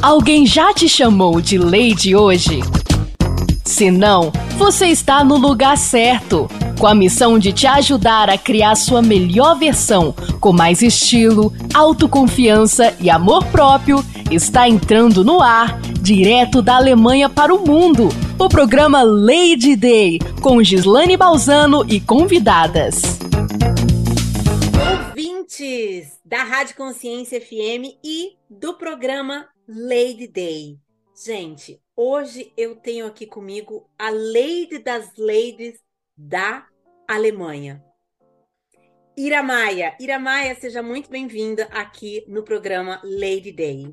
Alguém já te chamou de Lady hoje? Se não, você está no lugar certo. Com a missão de te ajudar a criar sua melhor versão, com mais estilo, autoconfiança e amor próprio, está entrando no ar, direto da Alemanha para o mundo, o programa Lady Day, com Gislane Balzano e convidadas. Ouvintes da Rádio Consciência FM e do programa Lady Day. Gente, hoje eu tenho aqui comigo a Lady das Ladies da Alemanha. Ira Maia. Ira Maia, seja muito bem-vinda aqui no programa Lady Day.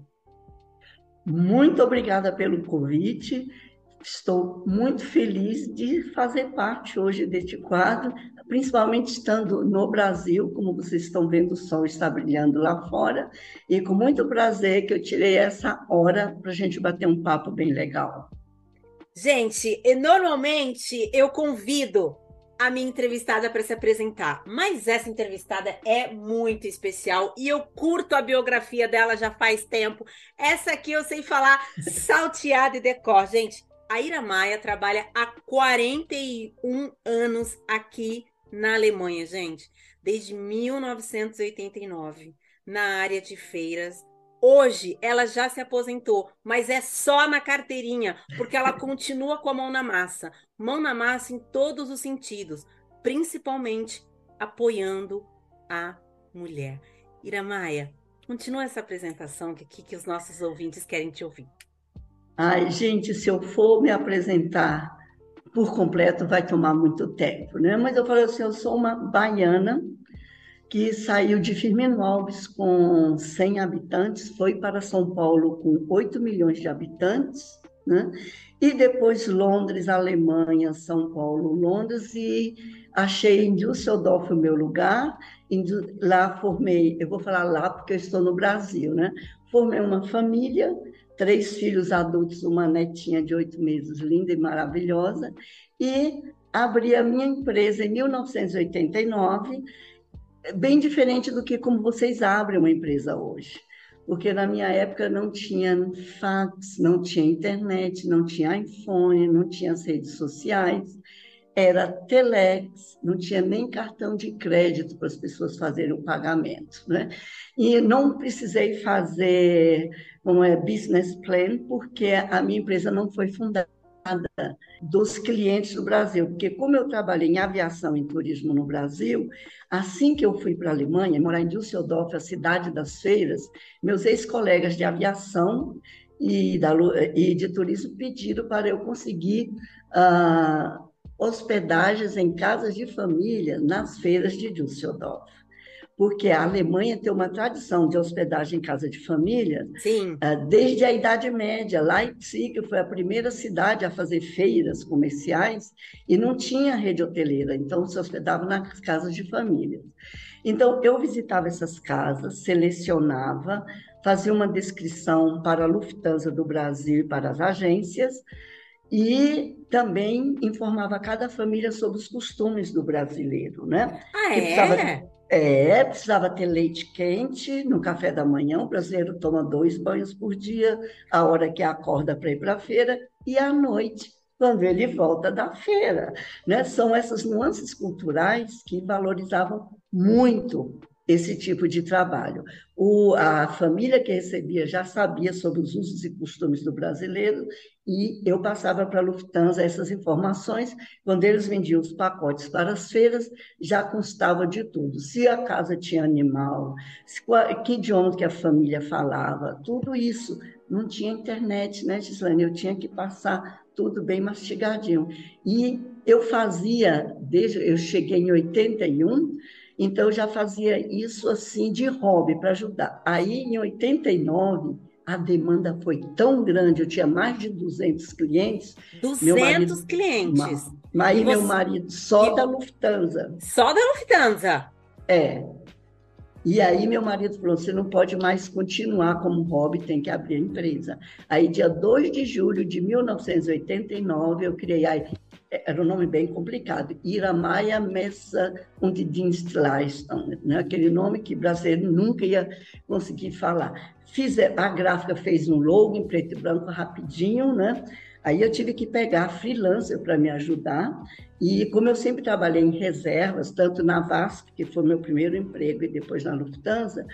Muito obrigada pelo convite. Estou muito feliz de fazer parte hoje deste quadro, principalmente estando no Brasil, como vocês estão vendo, o sol está brilhando lá fora, e com muito prazer que eu tirei essa hora para a gente bater um papo bem legal. Gente, normalmente eu convido a minha entrevistada para se apresentar, mas essa entrevistada é muito especial e eu curto a biografia dela já faz tempo. Essa aqui eu sei falar salteada e decor. Gente, a Ira Maia trabalha há 41 anos aqui na Alemanha, gente, desde 1989, na área de feiras. Hoje ela já se aposentou, mas é só na carteirinha, porque ela continua com a mão na massa em todos os sentidos, principalmente apoiando a mulher. Ira Maia, continua essa apresentação que os nossos ouvintes querem te ouvir. Ai, gente, se eu for me apresentar por completo, vai tomar muito tempo, né? Mas eu falei assim, eu sou uma baiana que saiu de Firmino Alves com 100 habitantes, foi para São Paulo com 8 milhões de habitantes, né? E depois Londres, Alemanha, São Paulo, Londres, e achei em Düsseldorf o meu lugar. Lá formei, eu vou falar lá porque eu estou no Brasil, né? Formei uma família, 3 filhos adultos, uma netinha de 8 meses, linda e maravilhosa, e abri a minha empresa em 1989, bem diferente do que como vocês abrem uma empresa hoje. Porque na minha época não tinha fax, não tinha internet, não tinha iPhone, não tinha as redes sociais, era telex, não tinha nem cartão de crédito para as pessoas fazerem o pagamento, né? E não precisei fazer business plan, porque a minha empresa não foi fundada dos clientes do Brasil, porque como eu trabalhei em aviação e turismo no Brasil, assim que eu fui para a Alemanha, morar em Düsseldorf, a cidade das feiras, meus ex-colegas de aviação e de turismo pediram para eu conseguir hospedagens em casas de família nas feiras de Düsseldorf. Porque a Alemanha tem uma tradição de hospedagem em casa de família. Sim. Desde a Idade Média. Leipzig foi a primeira cidade a fazer feiras comerciais e não tinha rede hoteleira, então se hospedava nas casas de família. Então, eu visitava essas casas, selecionava, fazia uma descrição para a Lufthansa do Brasil e para as agências, e também informava cada família sobre os costumes do brasileiro, né? Ah, é? Precisava ter leite quente no café da manhã. O brasileiro toma 2 banhos por dia, a hora que acorda para ir para a feira, e à noite, quando ele volta da feira, né? São essas nuances culturais que valorizavam muito esse tipo de trabalho. A família que recebia já sabia sobre os usos e costumes do brasileiro e eu passava para a Lufthansa essas informações. Quando eles vendiam os pacotes para as feiras, já constava de tudo. Se a casa tinha animal, que idioma que a família falava, tudo isso. Não tinha internet, né, Gislane? Eu tinha que passar tudo bem mastigadinho. E eu fazia, eu cheguei em 81, então eu já fazia isso assim de hobby para ajudar. Aí, em 89, a demanda foi tão grande, eu tinha mais de 200 clientes. 200 clientes? Mas meu marido só da Lufthansa. Só da Lufthansa? É. E aí meu marido falou, você não pode mais continuar como hobby, tem que abrir a empresa. Aí, dia 2 de julho de 1989, eu criei a era um nome bem complicado, Iramaia Messa und Dienstleistungen, né? Aquele nome que brasileiro nunca ia conseguir falar. A gráfica fez um logo em preto e branco rapidinho, né? Aí eu tive que pegar freelancer para me ajudar, e como eu sempre trabalhei em reservas, tanto na VASP, que foi meu primeiro emprego, e depois na Lufthansa,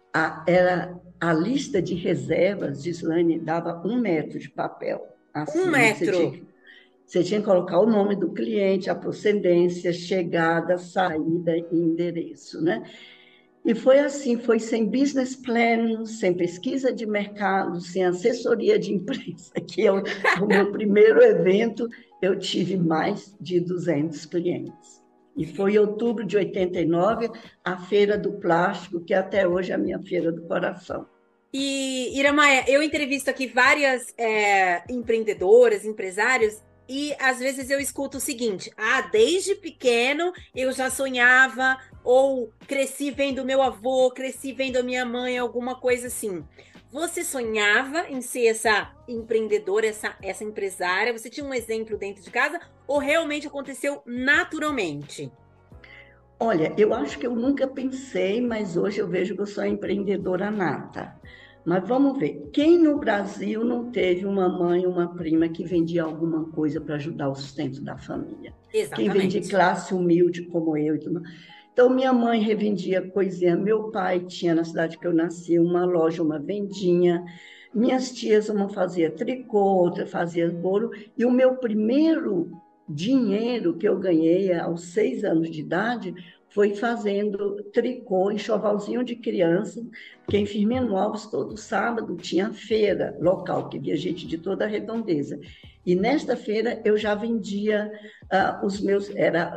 a lista de reservas, Gislaine, dava 1 metro de papel. Assim, 1 metro? Você tinha que colocar o nome do cliente, a procedência, chegada, saída e endereço, né? E foi assim, foi sem business plan, sem pesquisa de mercado, sem assessoria de imprensa, que o meu primeiro evento, eu tive mais de 200 clientes. E foi em outubro de 89, a Feira do Plástico, que até hoje é a minha feira do coração. E, Iramaia, eu entrevisto aqui várias empreendedoras, empresários, e às vezes eu escuto o seguinte: desde pequeno eu já sonhava, ou cresci vendo meu avô, cresci vendo a minha mãe, alguma coisa assim. Você sonhava em ser essa empreendedora, essa empresária? Você tinha um exemplo dentro de casa, ou realmente aconteceu naturalmente? Olha, eu acho que eu nunca pensei, mas hoje eu vejo que eu sou empreendedora nata. Mas vamos ver, quem no Brasil não teve uma mãe, uma prima que vendia alguma coisa para ajudar o sustento da família? Exatamente. Quem vem de classe humilde como eu e tudo. Então, minha mãe revendia coisinha, meu pai tinha na cidade que eu nasci uma loja, uma vendinha, minhas tias, uma fazia tricô, outra fazia bolo, e o meu primeiro dinheiro que eu ganhei aos 6 anos de idade foi fazendo tricô, enxovalzinho de criança, porque em Firmino Alves, todo sábado, tinha feira local, que via gente de toda a redondeza. E nesta feira eu já vendia os meus,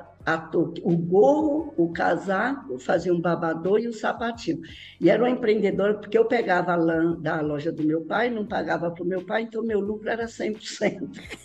o gorro, o casaco, fazia um babador e o sapatinho. E era uma empreendedora, porque eu pegava a lã da loja do meu pai, não pagava para o meu pai, então meu lucro era 100%.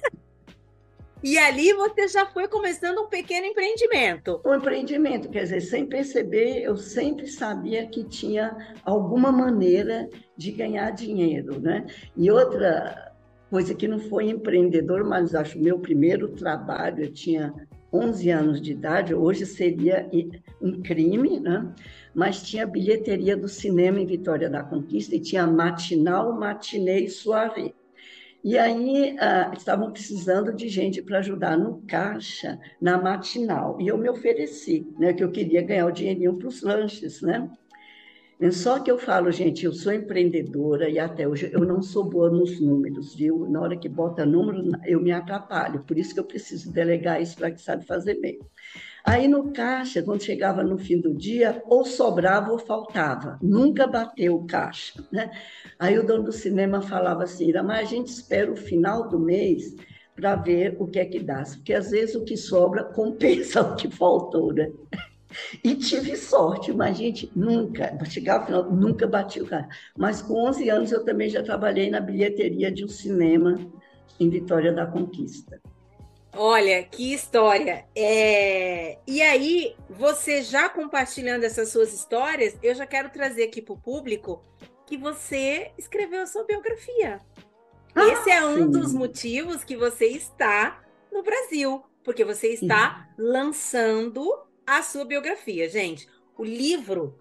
E ali você já foi começando um pequeno empreendimento. Um empreendimento, quer dizer, sem perceber, eu sempre sabia que tinha alguma maneira de ganhar dinheiro, né? E outra coisa que não foi empreendedor, mas acho meu primeiro trabalho, eu tinha 11 anos de idade, hoje seria um crime, né? Mas tinha bilheteria do cinema em Vitória da Conquista e tinha matinal, matinê e soirée. E aí estavam precisando de gente para ajudar no caixa, na matinal. E eu me ofereci, né, que eu queria ganhar o dinheirinho para os lanches, né? Só que eu falo, gente, eu sou empreendedora e até hoje eu não sou boa nos números, viu? Na hora que bota número, eu me atrapalho. Por isso que eu preciso delegar isso para quem sabe fazer bem. Aí no caixa, quando chegava no fim do dia, ou sobrava ou faltava. Nunca bateu o caixa, né? Aí o dono do cinema falava assim, mas a gente espera o final do mês para ver o que é que dá. Porque às vezes o que sobra compensa o que faltou, né? E tive sorte, mas gente, nunca, chegava ao final, nunca bati o caixa. Mas com 11 anos eu também já trabalhei na bilheteria de um cinema em Vitória da Conquista. Olha, que história! E aí, você já compartilhando essas suas histórias, eu já quero trazer aqui para o público que você escreveu a sua biografia. Esse é um dos motivos que você está no Brasil, porque você está lançando a sua biografia. Gente, o livro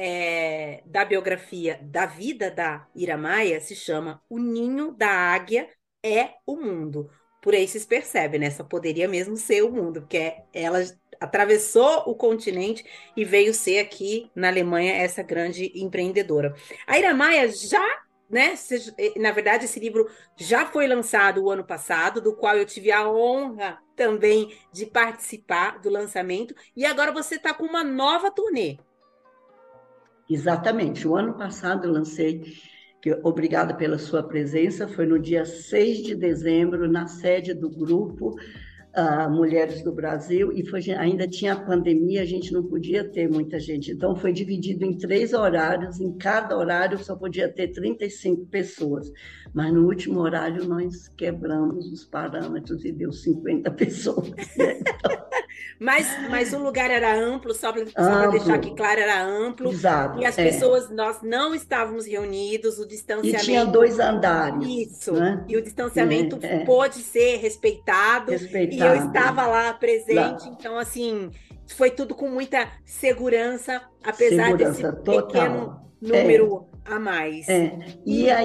da biografia da vida da Iramaia se chama O Ninho da Águia é o Mundo. Por aí vocês percebem, né? Só poderia mesmo ser o mundo, porque ela atravessou o continente e veio ser aqui na Alemanha essa grande empreendedora. A Iramaia já, né? Na verdade, esse livro já foi lançado o ano passado, do qual eu tive a honra também de participar do lançamento, e agora você está com uma nova turnê. Exatamente. O ano passado eu lancei, obrigada pela sua presença, foi no dia 6 de dezembro, na sede do grupo Mulheres do Brasil, e ainda tinha a pandemia, a gente não podia ter muita gente, então foi dividido em 3 horários, em cada horário só podia ter 35 pessoas, mas no último horário nós quebramos os parâmetros e deu 50 pessoas. Né? Mas o lugar era amplo, só para deixar aqui Amplo, claro, era amplo. E exato, as pessoas, nós não estávamos reunidos, o E tinha distanciamento, 2 andares, isso. né? E o distanciamento É, pôde ser respeitado, e eu respeitado estava lá presente, lá. então, assim, foi tudo com muita segurança, apesar desse Segurança pequeno total. É, número a mais. é. E E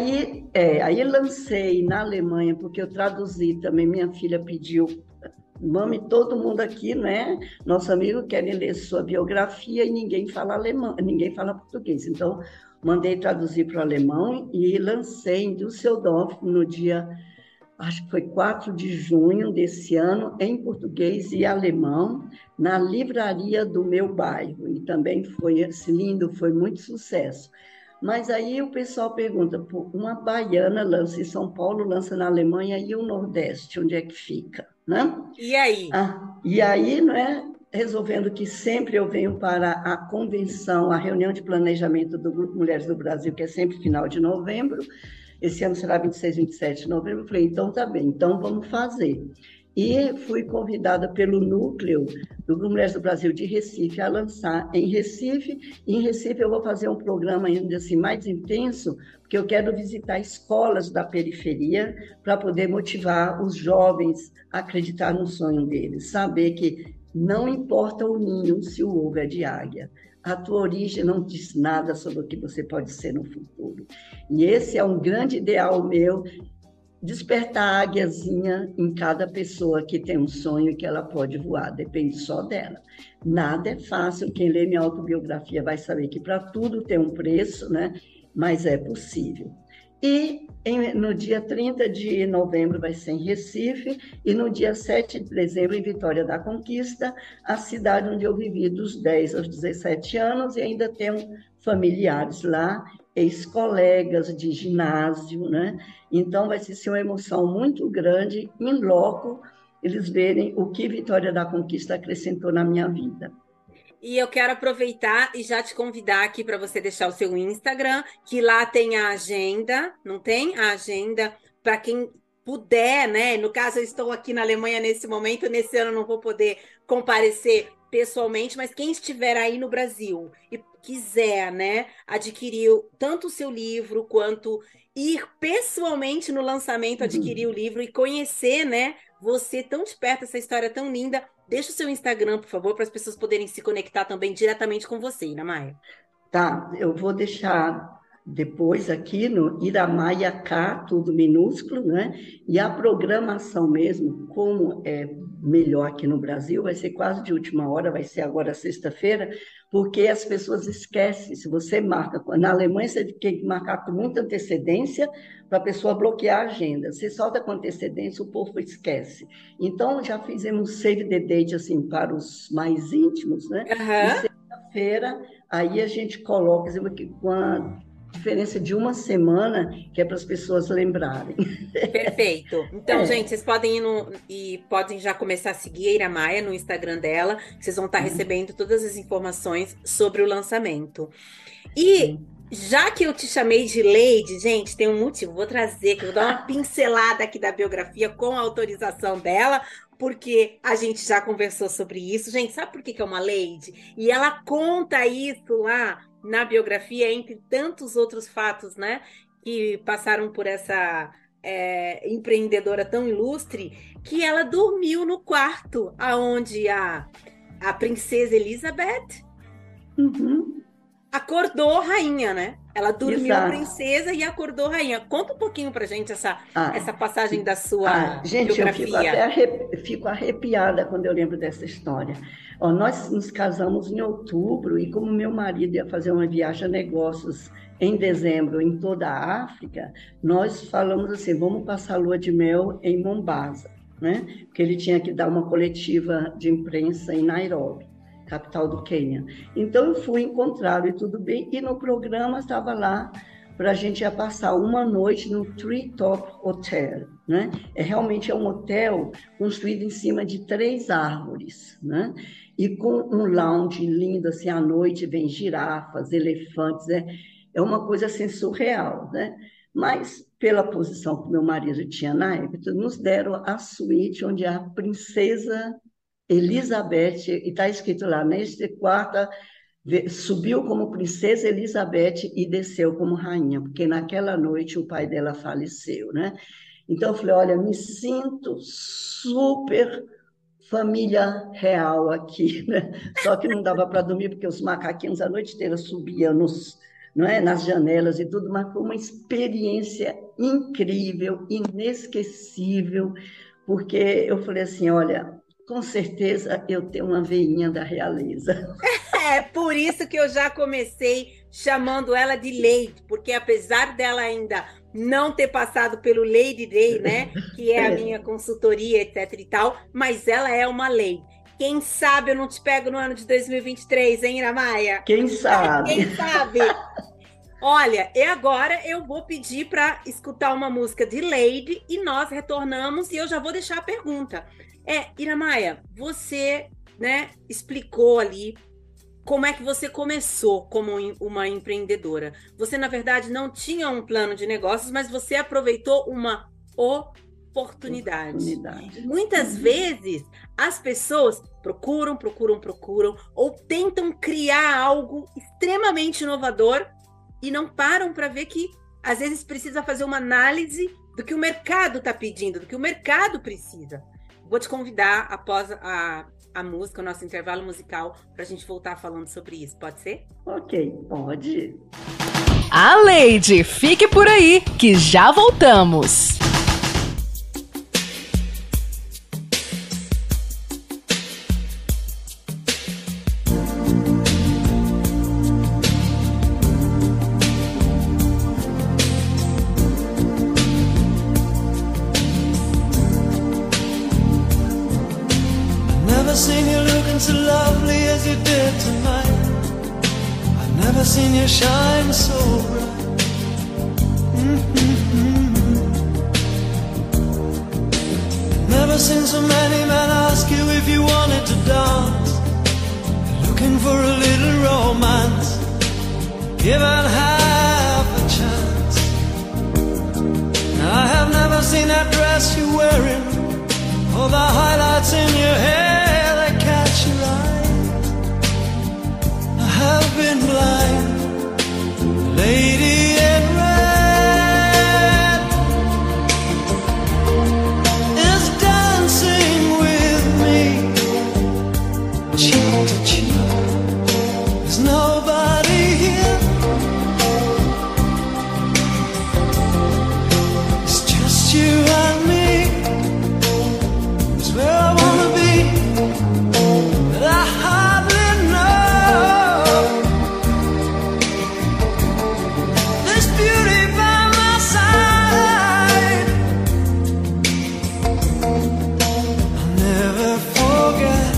aí lancei na Alemanha, porque eu traduzi também, minha filha pediu, mami, todo mundo aqui, né? Nosso amigo quer ler sua biografia e ninguém fala alemão, ninguém fala português. Então, mandei traduzir para o alemão e lancei em Düsseldorf no dia, acho que foi 4 de junho desse ano, em português e alemão, na livraria do meu bairro. E também foi lindo, foi muito sucesso. Mas aí o pessoal pergunta, pô, uma baiana lança em São Paulo, lança na Alemanha e o Nordeste, onde é que fica, né? e aí? E aí, não é? Resolvendo que sempre eu venho para a convenção, a reunião de planejamento do Grupo Mulheres do Brasil, que é sempre final de novembro. Esse ano será 26, 27 de novembro. Eu falei, então tá bem, então vamos fazer. E fui convidada pelo núcleo do Grupo Mulheres do Brasil de Recife a lançar em Recife. E em Recife eu vou fazer um programa ainda assim mais intenso, porque eu quero visitar escolas da periferia para poder motivar os jovens a acreditar no sonho deles, saber que não importa o ninho se o ovo é de águia. A tua origem não diz nada sobre o que você pode ser no futuro. E esse é um grande ideal meu, despertar a águiazinha em cada pessoa que tem um sonho e que ela pode voar, depende só dela. Nada é fácil, quem lê minha autobiografia vai saber que para tudo tem um preço, né? Mas é possível. E no dia 30 de novembro vai ser em Recife, e no dia 7 de dezembro em Vitória da Conquista, a cidade onde eu vivi dos 10 aos 17 anos, e ainda tenho familiares lá, ex-colegas de ginásio, né? Então vai ser uma emoção muito grande, em loco, eles verem o que Vitória da Conquista acrescentou na minha vida. E eu quero aproveitar e já te convidar aqui para você deixar o seu Instagram, que lá tem a agenda, não tem? A agenda para quem puder, né? No caso, eu estou aqui na Alemanha nesse momento, nesse ano eu não vou poder comparecer pessoalmente, mas quem estiver aí no Brasil e quiser, né, adquirir tanto o seu livro quanto ir pessoalmente no lançamento, adquirir o Uhum. livro e conhecer, né, você tão de perto, essa história tão linda. Deixa o seu Instagram, por favor, para as pessoas poderem se conectar também diretamente com você, Ina Maia. Tá, eu vou deixar depois aqui no Iramaia K, tudo minúsculo, né? E a programação mesmo, como é melhor aqui no Brasil, vai ser quase de última hora, vai ser agora sexta-feira, porque as pessoas esquecem. Se você marca, na Alemanha você tem que marcar com muita antecedência para a pessoa bloquear a agenda. Se solta com antecedência, o povo esquece. Então, já fizemos save the date assim para os mais íntimos, né? E Aham. sexta-feira aí a gente coloca com a diferença de uma semana, que é para as pessoas lembrarem. Perfeito. Então, gente, É, vocês podem ir no, e podem já começar a seguir a Ira Maia no Instagram dela, que vocês vão estar recebendo todas as informações sobre o lançamento. E sim. já que eu te chamei de Lady, gente, tem um motivo. Vou trazer aqui, vou dar uma pincelada aqui da biografia com a autorização dela, porque a gente já conversou sobre isso. Gente, sabe por que que é uma Lady? E ela conta isso lá na biografia, entre tantos outros fatos, né, que passaram por essa empreendedora tão ilustre, que ela dormiu no quarto aonde a princesa Elizabeth Uhum, acordou rainha, né? Ela dormiu exato. princesa e acordou rainha. Conta um pouquinho pra gente essa Ah, passagem da sua gente, eu fico até biografia. fico arrepiada quando eu lembro dessa história. Ó, nós nos casamos em outubro e como meu marido ia fazer uma viagem a negócios em dezembro em toda a África, nós falamos assim, vamos passar a lua de mel em Mombasa, né? Porque ele tinha que dar uma coletiva de imprensa em Nairobi, capital do Quênia. Então eu fui encontrá-lo e tudo bem, e no programa estava lá para a gente ia passar uma noite no Treetop Hotel, né? Realmente é um hotel construído em cima de 3 árvores, né? E com um lounge lindo, assim, à noite vem girafas, elefantes, é uma coisa assim surreal, né? Mas pela posição que meu marido tinha na época, nos deram a suíte onde a princesa Elizabeth, e está escrito lá, neste quarto, subiu como princesa Elizabeth e desceu como rainha, porque naquela noite o pai dela faleceu, né? Então eu falei, olha, me sinto super família real aqui, né? Só que não dava para dormir, porque os macaquinhos a noite inteira subiam não é, nas janelas e tudo, mas foi uma experiência incrível, inesquecível, porque eu falei assim, olha, com certeza eu tenho uma veinha da realeza. É por isso que eu já comecei chamando ela de Lady, porque apesar dela ainda não ter passado pelo Lady Day, né, que é a minha consultoria, etc e tal, mas ela é uma Lady. Quem sabe eu não te pego no ano de 2023, hein, Iramaia? Quem sabe? Quem sabe? Olha, e agora eu vou pedir para escutar uma música de Lady e nós retornamos e eu já vou deixar a pergunta. Iramaia, você, né, explicou ali como é que você começou como uma empreendedora. Você, na verdade, não tinha um plano de negócios, mas você aproveitou uma oportunidade. Muitas vezes, as pessoas procuram, ou tentam criar algo extremamente inovador e não param para ver que, às vezes, precisa fazer uma análise do que o mercado está pedindo, do que o mercado precisa. Vou te convidar, após a música, o nosso intervalo musical, para a gente voltar falando sobre isso. Pode ser? Ok, pode. A Lady, fique por aí, que já voltamos. Seen you looking so lovely as you did tonight. I've never seen you shine so bright. Never seen so many men ask you if you wanted to dance. Looking for a little romance, given half a chance. I have never seen that dress you're wearing, or the highlights in your hair that catch your eye. I have been blind, lady in red is dancing with me, cheek to cheek. There's nobody here, it's just you and me. Where I wanna be, but I hardly know. This beauty by my side, I'll never forget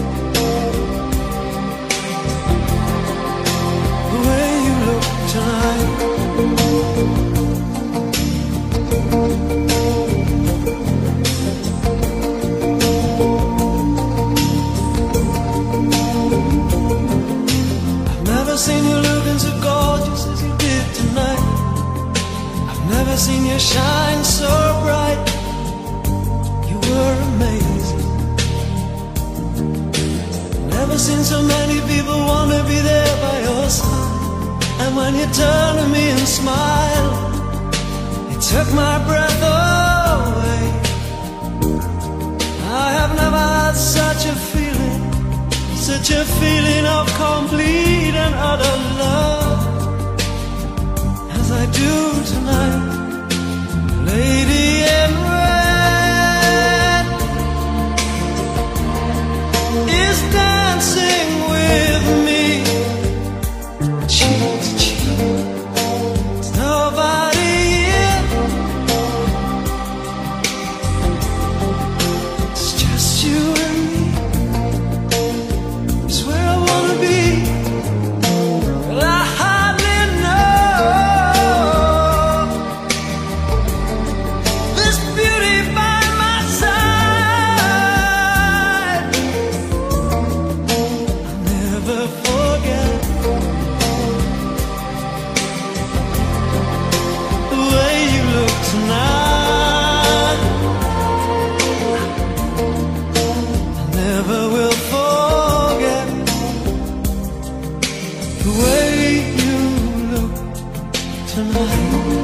the way you look tonight. Seen you looking so gorgeous as you did tonight. I've never seen you shine so bright. You were amazing. Never seen so many people wanna be there by your side. And when you turn to me and smile, it took my breath away. I have never had such a feeling, such a feeling of complete and utter love as I do tonight. Lady in red is dancing with me, cheek to cheek. There's nobody here, it's just you and me. Be, well, I hardly know.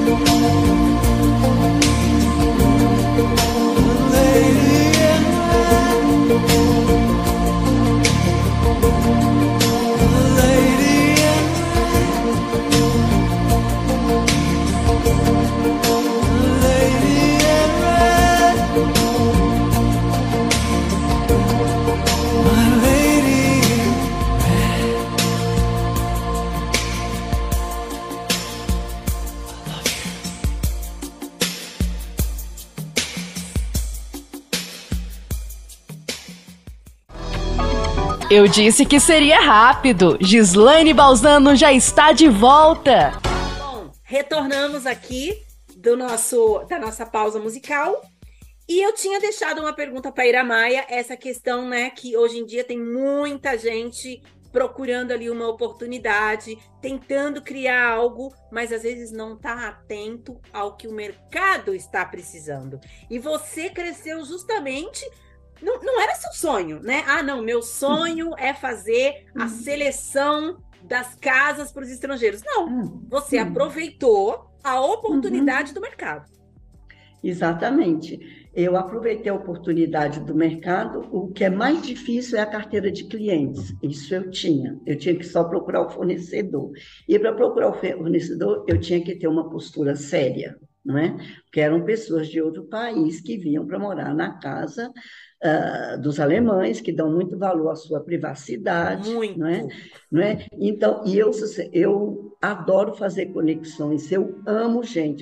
Eu disse que seria rápido. Gislaine Balzano já está de volta. Bom, retornamos aqui da nossa pausa musical. E eu tinha deixado uma pergunta para a Ira Maia, essa questão, né, que hoje em dia tem muita gente procurando ali uma oportunidade, tentando criar algo, mas às vezes não está atento ao que o mercado está precisando. E você cresceu justamente... Não era seu sonho, né? Ah, não, meu sonho é fazer a seleção das casas para os estrangeiros. Não, você aproveitou a oportunidade do mercado. Exatamente. Eu aproveitei a oportunidade do mercado. O que é mais difícil é a carteira de clientes. Isso eu tinha. Eu tinha que só procurar o fornecedor. E para procurar o fornecedor, eu tinha que ter uma postura séria, não é? Porque eram pessoas de outro país que vinham para morar na casa dos alemães, que dão muito valor à sua privacidade. Muito. Não é? Então, eu adoro fazer conexões, eu amo gente.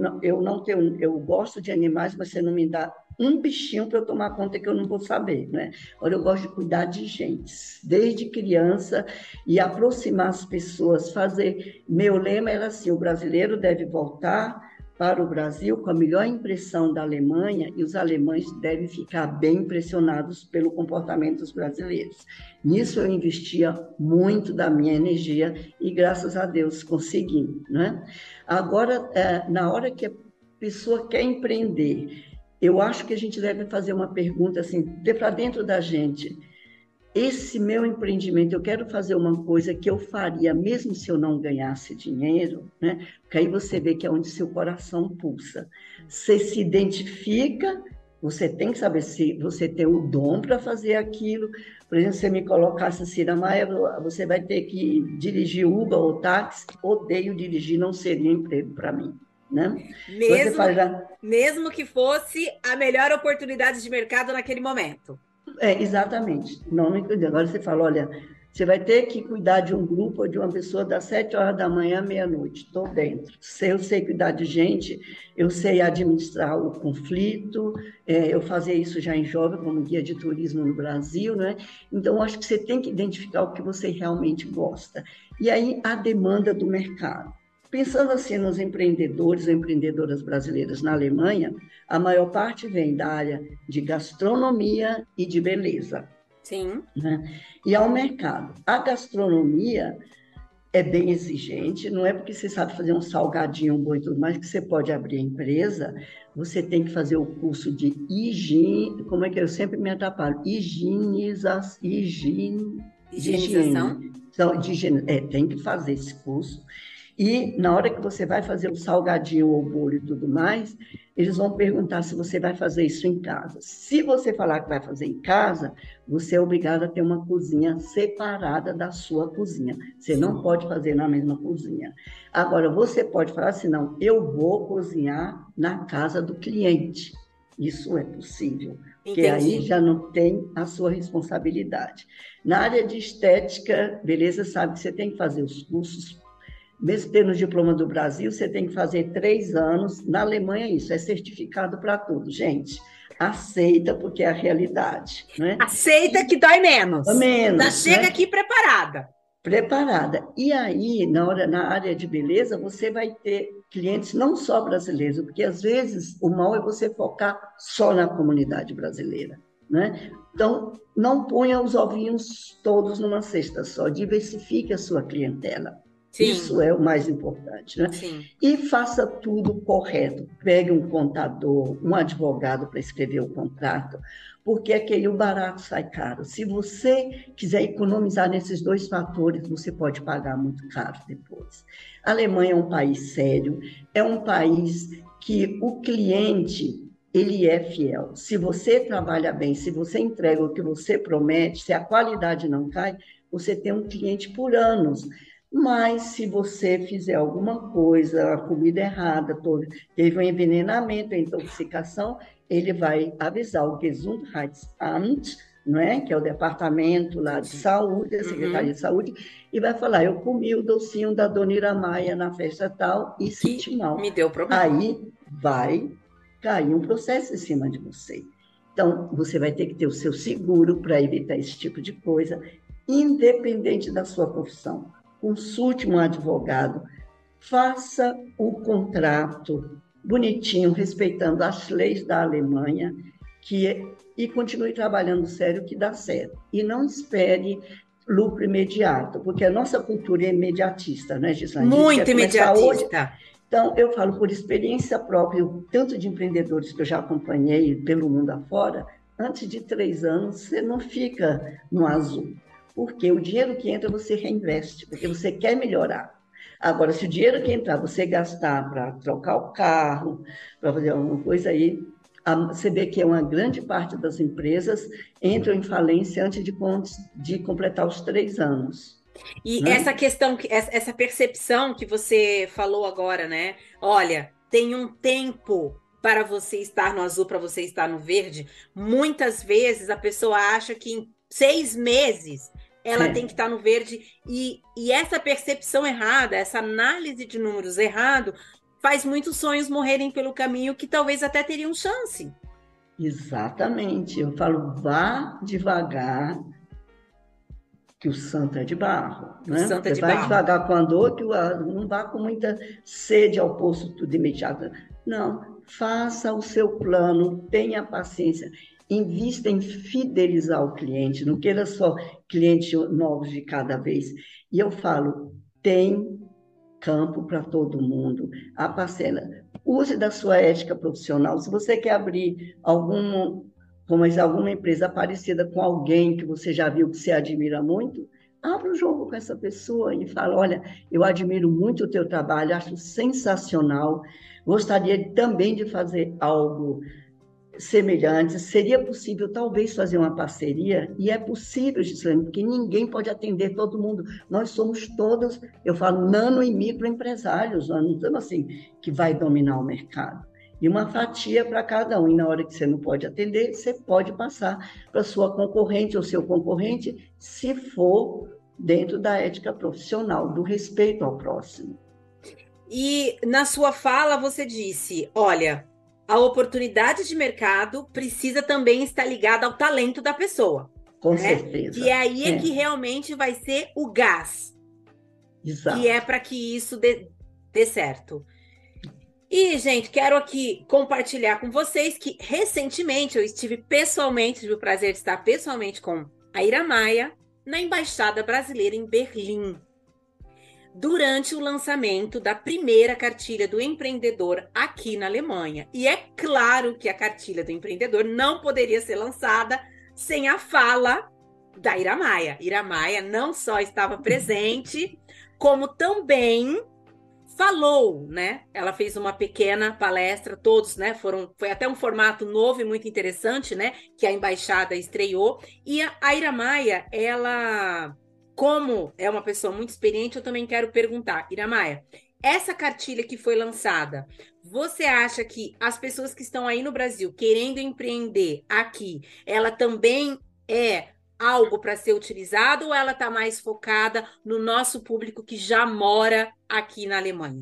Eu gosto de animais, mas você não me dá um bichinho para eu tomar conta que eu não vou saber, né? Olha, eu gosto de cuidar de gente, desde criança, e aproximar as pessoas, Meu lema era assim: o brasileiro deve voltar para o Brasil com a melhor impressão da Alemanha, e os alemães devem ficar bem impressionados pelo comportamento dos brasileiros. Nisso eu investia muito da minha energia e, graças a Deus, consegui, né? Agora, na hora que a pessoa quer empreender, eu acho que a gente deve fazer uma pergunta assim, ter para dentro da gente: esse meu empreendimento, eu quero fazer uma coisa que eu faria mesmo se eu não ganhasse dinheiro, né? Porque aí você vê que é onde seu coração pulsa. Você se identifica, você tem que saber se você tem o dom para fazer aquilo. Por exemplo, se você me colocasse assim, Ira Maia, você vai ter que dirigir Uber ou táxi. Odeio dirigir, não seria emprego para mim, né? Mesmo que fosse a melhor oportunidade de mercado naquele momento. Exatamente. Não me cuida. Agora você fala: olha, você vai ter que cuidar de um grupo ou de uma pessoa das 7 horas da manhã à meia-noite. Estou dentro. Eu sei cuidar de gente, eu sei administrar o conflito, eu fazia isso já em jovem, como guia de turismo no Brasil, né? Então, acho que você tem que identificar o que você realmente gosta. E aí, a demanda do mercado. Pensando assim nos empreendedores ou empreendedoras brasileiras na Alemanha, a maior parte vem da área de gastronomia e de beleza. Sim. Né? E ao mercado. A gastronomia é bem exigente, não é porque você sabe fazer um salgadinho bom e tudo mais que você pode abrir a empresa. Você tem que fazer o curso de higiene, como é que eu sempre me atrapalho? Higienização. Tem que fazer esse curso. E na hora que você vai fazer o salgadinho ou o bolo e tudo mais, eles vão perguntar se você vai fazer isso em casa. Se você falar que vai fazer em casa, você é obrigado a ter uma cozinha separada da sua cozinha. Você não pode fazer na mesma cozinha. Agora, você pode falar assim: não, eu vou cozinhar na casa do cliente. Isso é possível, porque aí já não tem a sua responsabilidade. Na área de estética, beleza, sabe que você tem que fazer os cursos. Mesmo tendo o diploma do Brasil, você tem que fazer 3 anos. Na Alemanha, isso é certificado para tudo, gente. Aceita, porque é a realidade. Né? Aceita que dói menos. Já chega, né? Aqui preparada. Preparada. E aí, na área de beleza, você vai ter clientes não só brasileiros, porque às vezes o mal é você focar só na comunidade brasileira. Né? Então, não ponha os ovinhos todos numa cesta só, diversifique a sua clientela. Sim. Isso é o mais importante, né? Sim. E faça tudo correto. Pegue um contador, um advogado para escrever o contrato, porque aquele o barato sai caro. Se você quiser economizar nesses 2 fatores, você pode pagar muito caro depois. A Alemanha é um país sério, é um país que o cliente ele é fiel. Se você trabalha bem, se você entrega o que você promete, se a qualidade não cai, você tem um cliente por anos. Mas se você fizer alguma coisa, a comida errada, teve um envenenamento, intoxicação, ele vai avisar o Gesundheitsamt, não é? Que é o departamento lá de saúde, a Secretaria de Saúde, e vai falar, eu comi o docinho da Dona Iramaia na festa tal e senti mal. Me deu problema. Aí vai cair um processo em cima de você. Então, você vai ter que ter o seu seguro para evitar esse tipo de coisa, independente da sua profissão. Consulte um advogado, faça o contrato bonitinho, respeitando as leis da Alemanha, e continue trabalhando sério, que dá certo. E não espere lucro imediato, porque a nossa cultura é imediatista, né, Gislaine? Muito imediatista. Então, eu falo por experiência própria, o tanto de empreendedores que eu já acompanhei pelo mundo afora, antes de 3 anos, você não fica no azul. Porque o dinheiro que entra, você reinveste, porque você quer melhorar. Agora, se o dinheiro que entrar, você gastar para trocar o carro, para fazer alguma coisa aí, você vê que uma grande parte das empresas entram em falência antes de completar os 3 anos. E essa questão, essa percepção que você falou agora, né? Olha, tem um tempo para você estar no azul, para você estar no verde. Muitas vezes a pessoa acha que em 6 meses ela tem que estar no verde, e essa percepção errada, essa análise de números errado, faz muitos sonhos morrerem pelo caminho que talvez até teriam chance. Exatamente. Eu falo, vá devagar, que o santo é de barro. Né? Você vai devagar com a dor, que não vá com muita sede ao poço tudo imediato. Não, faça o seu plano, tenha paciência. Invista em fidelizar o cliente, não queira só clientes novos de cada vez. E eu falo, tem campo para todo mundo. A parcela, use da sua ética profissional. Se você quer abrir alguma empresa parecida com alguém que você já viu que você admira muito, abra o jogo com essa pessoa e fala, olha, eu admiro muito o teu trabalho, acho sensacional, gostaria também de fazer algo semelhantes, seria possível talvez fazer uma parceria, e é possível, Gislaine, porque ninguém pode atender todo mundo, nós somos todos, eu falo, nano e microempresários, nós não estamos assim, que vai dominar o mercado, e uma fatia para cada um, e na hora que você não pode atender, você pode passar para sua concorrente ou seu concorrente, se for dentro da ética profissional, do respeito ao próximo. E na sua fala você disse, olha, a oportunidade de mercado precisa também estar ligada ao talento da pessoa. Com certeza. E aí é que realmente vai ser o gás. Exato. Que é para que isso dê certo. E, gente, quero aqui compartilhar com vocês que recentemente eu tive o prazer de estar pessoalmente com a Iramaia na Embaixada Brasileira em Berlim, durante o lançamento da primeira cartilha do empreendedor aqui na Alemanha. E é claro que a cartilha do empreendedor não poderia ser lançada sem a fala da Iramaia. Iramaia não só estava presente, como também falou, né? Ela fez uma pequena palestra, todos, né? Foi até um formato novo e muito interessante, né? Que a embaixada estreou. E a Iramaia, ela, como é uma pessoa muito experiente, eu também quero perguntar, Iramaia, essa cartilha que foi lançada, você acha que as pessoas que estão aí no Brasil querendo empreender aqui, ela também é algo para ser utilizado, ou ela está mais focada no nosso público que já mora aqui na Alemanha?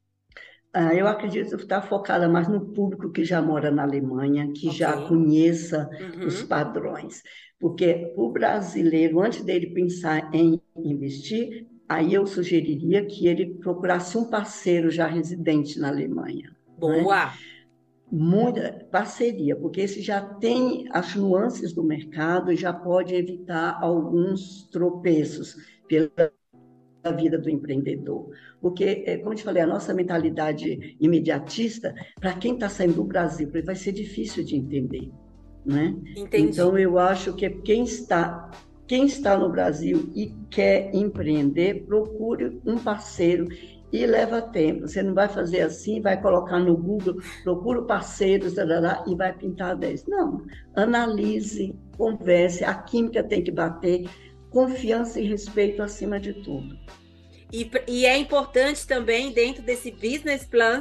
Eu acredito que está focada mais no público que já mora na Alemanha, que já conheça os padrões. Porque o brasileiro, antes dele pensar em investir, aí eu sugeriria que ele procurasse um parceiro já residente na Alemanha. Boa! Né? Muita parceria, porque esse já tem as nuances do mercado e já pode evitar alguns tropeços pela da vida do empreendedor. Porque, como eu te falei, a nossa mentalidade imediatista, para quem está saindo do Brasil, vai ser difícil de entender, né? Entendi. Então, eu acho que quem está no Brasil e quer empreender, procure um parceiro e leva tempo. Você não vai fazer assim, vai colocar no Google, procura parceiros, e vai pintar 10. Não, analise, converse, a química tem que bater, confiança e respeito acima de tudo. E é importante também, dentro desse business plan,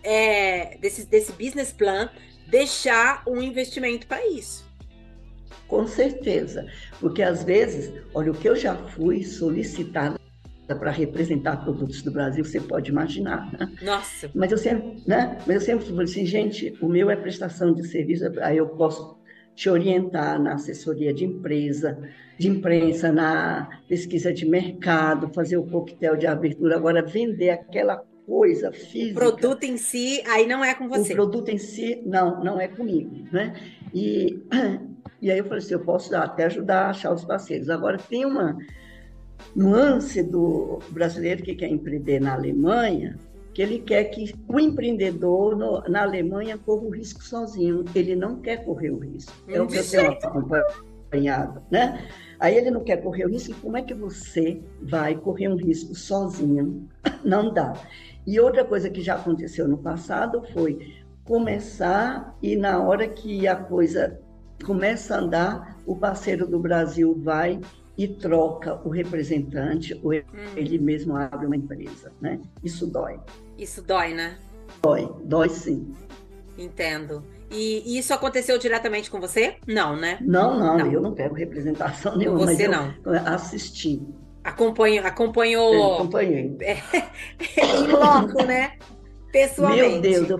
desse business plan, deixar um investimento para isso. Com certeza, porque às vezes, olha, o que eu já fui solicitada para representar produtos do Brasil, você pode imaginar, né? Nossa! Mas eu sempre falei assim, gente, o meu é prestação de serviço, aí eu posso te orientar na assessoria de imprensa, na pesquisa de mercado, fazer o coquetel de abertura, agora vender aquela coisa física. O produto em si, aí não é com você. O produto em si, não é comigo, né? E aí eu falei assim, eu posso até ajudar a achar os parceiros. Agora, tem uma nuance do brasileiro que quer empreender na Alemanha, que ele quer que o empreendedor na Alemanha corra o risco sozinho. Ele não quer correr o risco. É o que eu tenho acompanhado, né? Aí ele não quer correr o risco. E como é que você vai correr um risco sozinho? Não dá. E outra coisa que já aconteceu no passado foi começar e na hora que a coisa começa a andar, o parceiro do Brasil vai e troca o representante, ou ele mesmo abre uma empresa, né? Isso dói. Isso dói, né? Dói sim. Entendo. E isso aconteceu diretamente com você? Não, né? Não, eu não pego representação nenhuma, você mas eu assisti. Acompanhou. Acompanhei. Em loco, né? Pessoalmente. Meu Deus,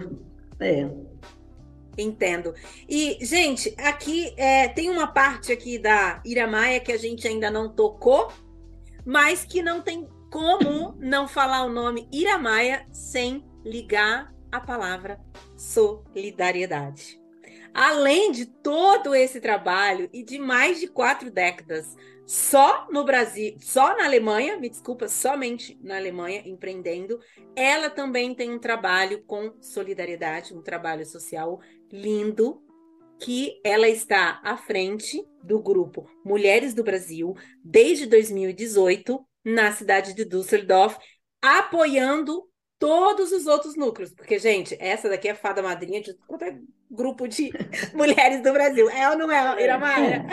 Entendo. E, gente, aqui tem uma parte aqui da Iramaia que a gente ainda não tocou, mas que não tem como não falar o nome Iramaia sem ligar a palavra solidariedade. Além de todo esse trabalho e de mais de 4 décadas só no Brasil, só na Alemanha, me desculpa, somente na Alemanha, empreendendo, ela também tem um trabalho com solidariedade, um trabalho social lindo, que ela está à frente do grupo Mulheres do Brasil desde 2018, na cidade de Düsseldorf, apoiando todos os outros núcleos, porque, gente, essa daqui é fada madrinha de qualquer grupo de mulheres do Brasil. É ou não é, Iramaia?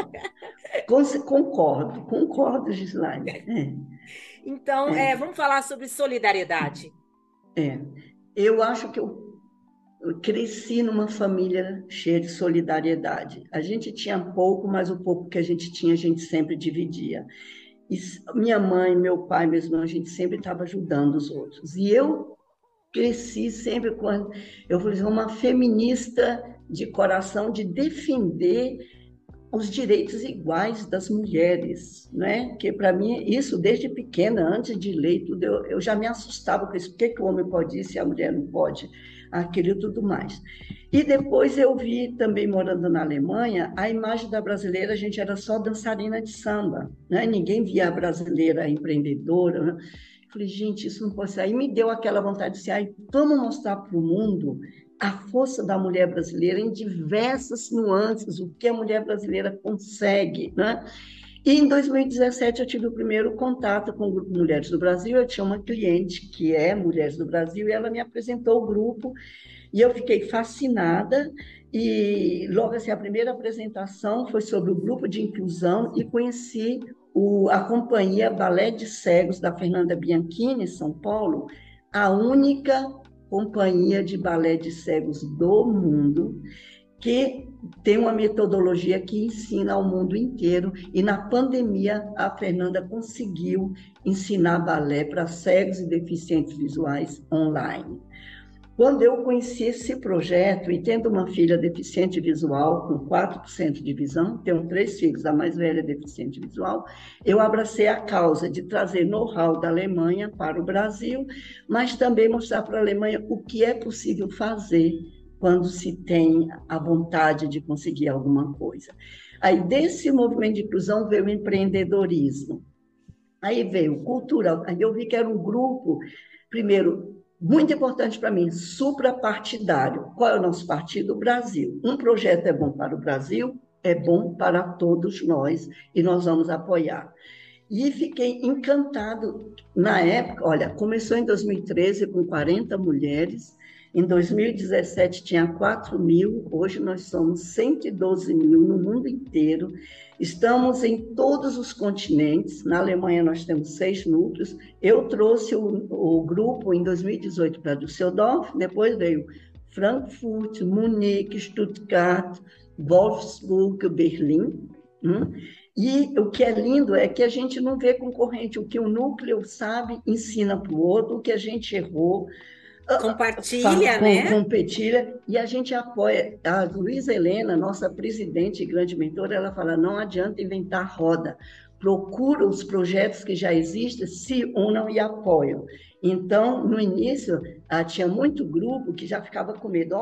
Concordo, Gislaine. Então, vamos falar sobre solidariedade. Eu acho que eu cresci numa família cheia de solidariedade. A gente tinha pouco, mas o pouco que a gente tinha, a gente sempre dividia. E minha mãe, meu pai, meu irmão, a gente sempre estava ajudando os outros. E eu cresci sempre quando eu fui uma feminista de coração, de defender os direitos iguais das mulheres, né? Que para mim, isso desde pequena, antes de ler tudo, eu já me assustava com isso. Por que o homem pode isso e a mulher não pode? Aquilo e tudo mais. E depois eu vi, também morando na Alemanha, a imagem da brasileira, a gente era só dançarina de samba, né? Ninguém via a brasileira empreendedora, né? Falei, gente, isso não pode ser. Aí me deu aquela vontade de dizer, vamos mostrar para o mundo a força da mulher brasileira em diversas nuances, o que a mulher brasileira consegue, né? E em 2017 eu tive o primeiro contato com o Grupo Mulheres do Brasil. Eu tinha uma cliente que é Mulheres do Brasil e ela me apresentou o grupo e eu fiquei fascinada. E logo assim, a primeira apresentação foi sobre o grupo de inclusão e conheci a companhia Balé de Cegos da Fernanda Bianchini, em São Paulo, a única companhia de balé de cegos do mundo que tem uma metodologia que ensina ao mundo inteiro. E na pandemia, a Fernanda conseguiu ensinar balé para cegos e deficientes visuais online. Quando eu conheci esse projeto, e tendo uma filha deficiente visual, com 4% de visão, tenho 3 filhos, a mais velha é deficiente visual, eu abracei a causa de trazer know-how da Alemanha para o Brasil, mas também mostrar para a Alemanha o que é possível fazer quando se tem a vontade de conseguir alguma coisa. Aí, desse movimento de inclusão, veio o empreendedorismo. Aí veio cultural, aí eu vi que era um grupo, primeiro, muito importante para mim, suprapartidário. Qual é o nosso partido? O Brasil. Um projeto é bom para o Brasil, é bom para todos nós, e nós vamos apoiar. E fiquei encantado na época, olha, começou em 2013 com 40 mulheres, em 2017 tinha 4.000, hoje nós somos 112 mil no mundo inteiro, estamos em todos os continentes, na Alemanha nós temos 6 núcleos, eu trouxe o grupo em 2018 para Düsseldorf, depois veio Frankfurt, Munique, Stuttgart, Wolfsburg, Berlim, E o que é lindo é que a gente não vê concorrente, o que o núcleo sabe, ensina para o outro, o que a gente errou, compartilha, né? Compartilha, e a gente apoia. A Luísa Helena, nossa presidente e grande mentora, ela fala, não adianta inventar roda, procura os projetos que já existem, se unam e apoiam. Então, no início, tinha muito grupo que já ficava com medo.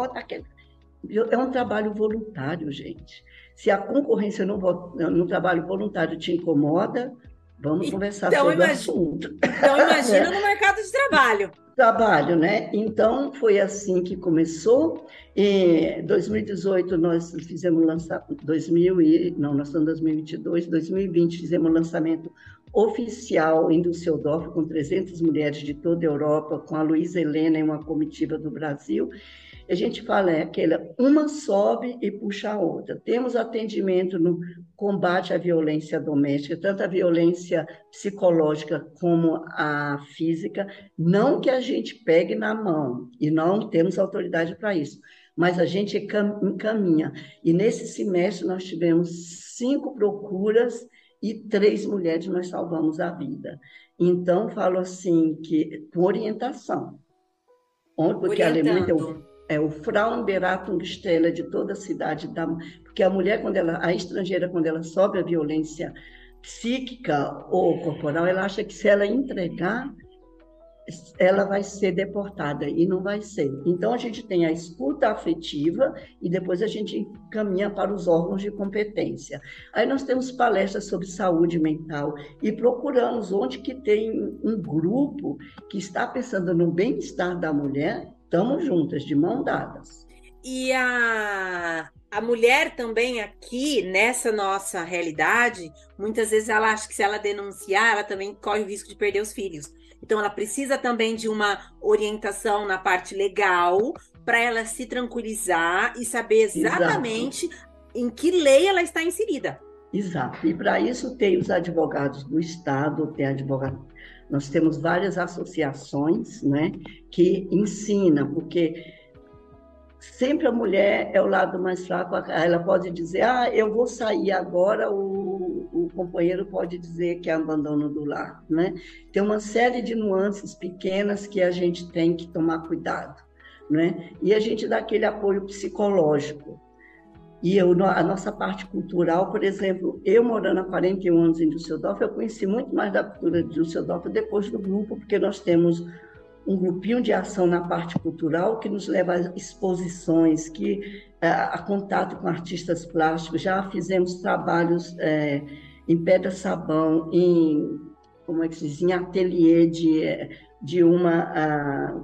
É um trabalho voluntário, gente. Se a concorrência no trabalho voluntário te incomoda, vamos conversar sobre o assunto. Então, imagina no mercado de trabalho. Trabalho, né? Então, foi assim que começou. Em 2018, nós fizemos lançamento. Nós estamos em 2022. 2020, fizemos lançamento oficial em Düsseldorf, com 300 mulheres de toda a Europa, com a Luísa Helena e uma comitiva do Brasil. A gente fala, uma sobe e puxa a outra. Temos atendimento no combate à violência doméstica, tanto a violência psicológica como a física, não que a gente pegue na mão, e não temos autoridade para isso, mas a gente encaminha. E nesse semestre nós tivemos 5 procuras e 3 mulheres nós salvamos a vida. Então, falo assim, que com orientação, porque a Alemanha é o Frauenberatungsstelle de toda a cidade, porque a mulher, a estrangeira, quando ela sofre a violência psíquica ou corporal, ela acha que se ela entregar, ela vai ser deportada, e não vai ser. Então, a gente tem a escuta afetiva e depois a gente encaminha para os órgãos de competência. Aí nós temos palestras sobre saúde mental e procuramos onde que tem um grupo que está pensando no bem-estar da mulher. Estamos juntas, de mão dadas. E a mulher também aqui, nessa nossa realidade, muitas vezes ela acha que se ela denunciar, ela também corre o risco de perder os filhos. Então, ela precisa também de uma orientação na parte legal para ela se tranquilizar e saber exatamente em que lei ela está inserida. Exato. E para isso tem os advogados do Estado, tem advogado. Nós temos várias associações, né, que ensinam, porque sempre a mulher é o lado mais fraco. Ela pode dizer, eu vou sair agora, o companheiro pode dizer que é abandono do lar, né? Tem uma série de nuances pequenas que a gente tem que tomar cuidado, né? E a gente dá aquele apoio psicológico. E a nossa parte cultural, por exemplo, eu morando há 41 anos em Düsseldorf, eu conheci muito mais da cultura de Düsseldorf depois do grupo, porque nós temos um grupinho de ação na parte cultural que nos leva a exposições, a contato com artistas plásticos. Já fizemos trabalhos em pedra-sabão, em ateliê de uma,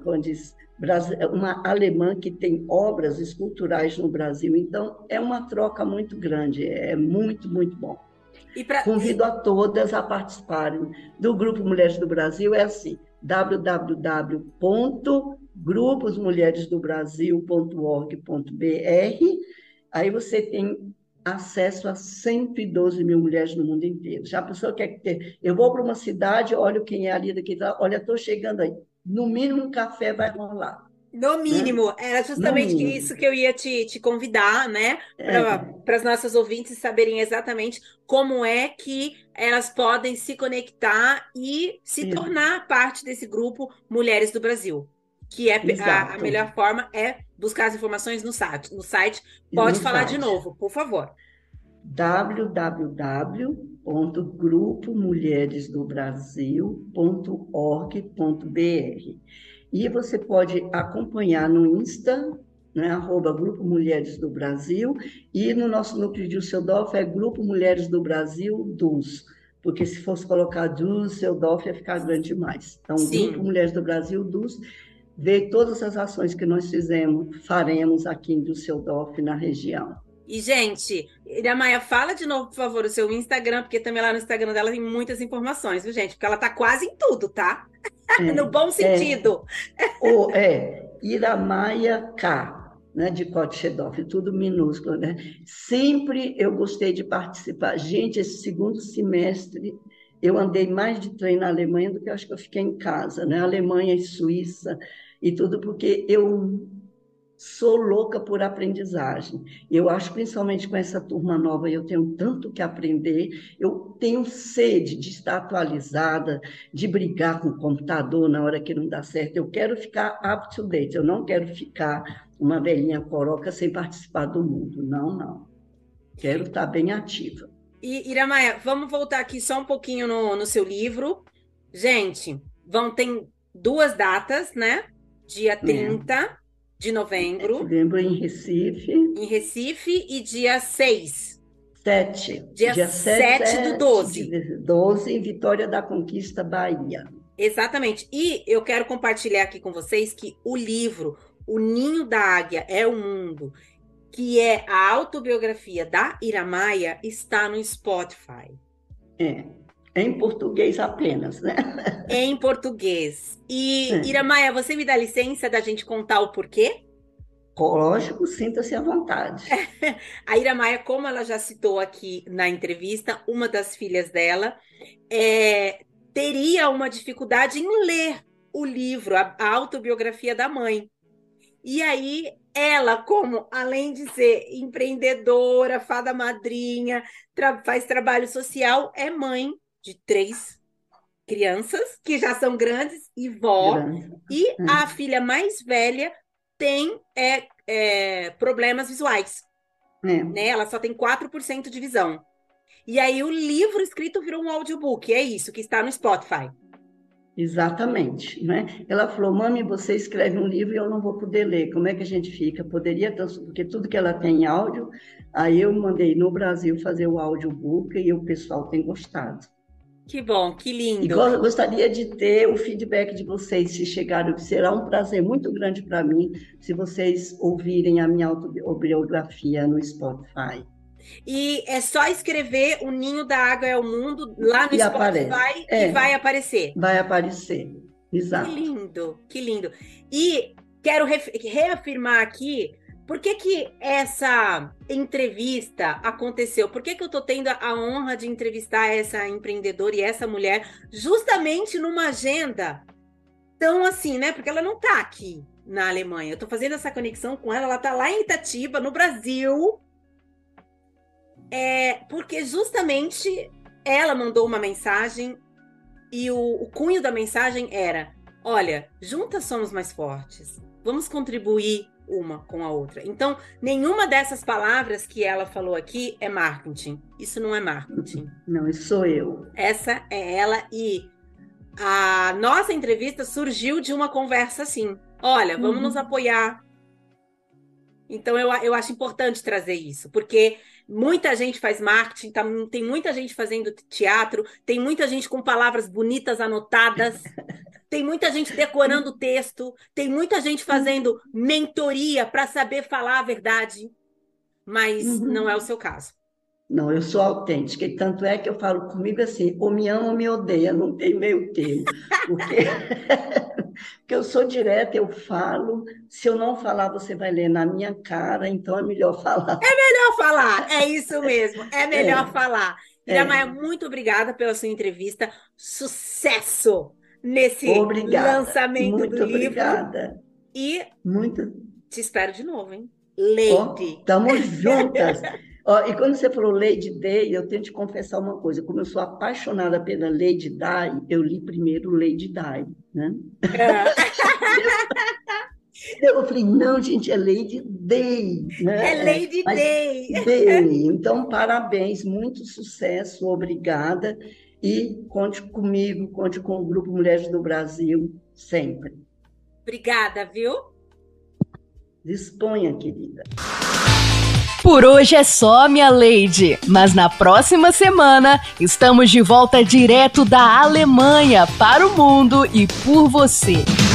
uma alemã que tem obras esculturais no Brasil. Então, é uma troca muito grande, é muito, muito bom. Convido a todas a participarem do Grupo Mulheres do Brasil, é assim, www.gruposmulheresdobrasil.org.br. Aí você tem acesso a 112 mil mulheres no mundo inteiro. Já a pessoa quer ter... Eu vou para uma cidade, olho quem é ali daqui, olha, estou chegando aí. No mínimo, um café vai rolar. No mínimo, né? Era justamente isso que eu ia te convidar, né? Para as nossas ouvintes saberem exatamente como é que elas podem se conectar e se tornar parte desse grupo Mulheres do Brasil. Que é a melhor forma é buscar as informações no site. Pode falar de novo, por favor. www.grupomulheresdobrasil.org.br. E você pode acompanhar no Insta, né, @Grupo Mulheres do Brasil, e no nosso núcleo de Düsseldorf é Grupo Mulheres do Brasil DUS, porque se fosse colocar Düsseldorf ia ficar grande demais. Então, o Grupo Mulheres do Brasil, DUS, vê todas as ações que nós faremos aqui em Düsseldorf, na região. E, gente, Iramaia, fala de novo, por favor, o seu Instagram, porque também lá no Instagram dela tem muitas informações, viu, gente? Porque ela tá quase em tudo, tá? No bom sentido. Iramaia K, né, de Kotchedorf, tudo minúsculo, né? Sempre eu gostei de participar. Gente, esse segundo semestre eu andei mais de trem na Alemanha do que eu acho que eu fiquei em casa, né? Alemanha e Suíça e tudo, porque eu sou louca por aprendizagem. Eu acho, principalmente com essa turma nova, eu tenho tanto que aprender, eu tenho sede de estar atualizada, de brigar com o computador na hora que não dá certo. Eu quero ficar up to date, eu não quero ficar uma velhinha coroca sem participar do mundo. Não, não. Quero estar bem ativa. E, Iramaia, vamos voltar aqui só um pouquinho no seu livro. Gente, tem 2 datas, né? Dia 30 de novembro. Novembro em Recife. Em Recife e dia 6. 7. Dia 7 do 12. 12 em Vitória da Conquista, Bahia. Exatamente. E eu quero compartilhar aqui com vocês que o livro O Ninho da Águia é o Mundo, que é a autobiografia da Iramaia, está no Spotify. É em português apenas, né? É em português. E, Iramaia, você me dá licença da gente contar o porquê? Lógico, sinta-se à vontade. A Iramaia, como ela já citou aqui na entrevista, uma das filhas dela teria uma dificuldade em ler o livro, a autobiografia da mãe. E aí, ela, como além de ser empreendedora, fada madrinha, faz trabalho social, é mãe de 3 crianças, que já são grandes, e vó. E a filha mais velha tem problemas visuais. Né? Ela só tem 4% de visão. E aí, o livro escrito virou um audiobook. É isso, que está no Spotify. Exatamente, né? Ela falou, mami, você escreve um livro e eu não vou poder ler, como é que a gente fica? Poderia, porque tudo que ela tem em áudio, aí eu mandei no Brasil fazer o audiobook e o pessoal tem gostado. Que bom, que lindo. E gostaria de ter o feedback de vocês, se chegarem, será um prazer muito grande para mim, se vocês ouvirem a minha autobiografia no Spotify. E é só escrever O Ninho da Águia é o Mundo lá no Spotify e vai aparecer. Vai aparecer, exato. Que lindo, que lindo. E quero reafirmar aqui, por que essa entrevista aconteceu? Por que eu estou tendo a honra de entrevistar essa empreendedora e essa mulher justamente numa agenda tão assim, né? Porque ela não está aqui na Alemanha. Eu estou fazendo essa conexão com ela está lá em Itatiba, no Brasil. Porque justamente ela mandou uma mensagem e o cunho da mensagem era: olha, juntas somos mais fortes, vamos contribuir uma com a outra. Então, nenhuma dessas palavras que ela falou aqui é marketing. Isso não é marketing. Não, isso sou eu. Essa é ela, e a nossa entrevista surgiu de uma conversa assim: olha, vamos nos apoiar. Então, eu acho importante trazer isso, porque muita gente faz marketing, tem muita gente fazendo teatro, tem muita gente com palavras bonitas anotadas, tem muita gente decorando texto, tem muita gente fazendo mentoria para saber falar a verdade, mas não é o seu caso. Não, eu sou autêntica, e tanto é que eu falo comigo assim, ou me ama ou me odeia, não tem meio termo, porque eu sou direta, eu falo, se eu não falar, você vai ler na minha cara, então é melhor falar. É melhor falar, é isso mesmo, é melhor falar. Iramaia, muito obrigada pela sua entrevista, sucesso nesse lançamento do livro. Obrigada. E te espero de novo, hein? Lady. Estamos juntas. E quando você falou Lady Day, eu tenho que te confessar uma coisa. Como eu sou apaixonada pela Lady Di, eu li primeiro Lady Di, né? Eu falei, não, gente, é Lady Day, né? É Lady Day. Então, parabéns, muito sucesso, obrigada. E conte comigo, conte com o Grupo Mulheres do Brasil, sempre. Obrigada, viu? Disponha, querida. Por hoje é só, minha lady, mas na próxima semana estamos de volta direto da Alemanha para o mundo e por você.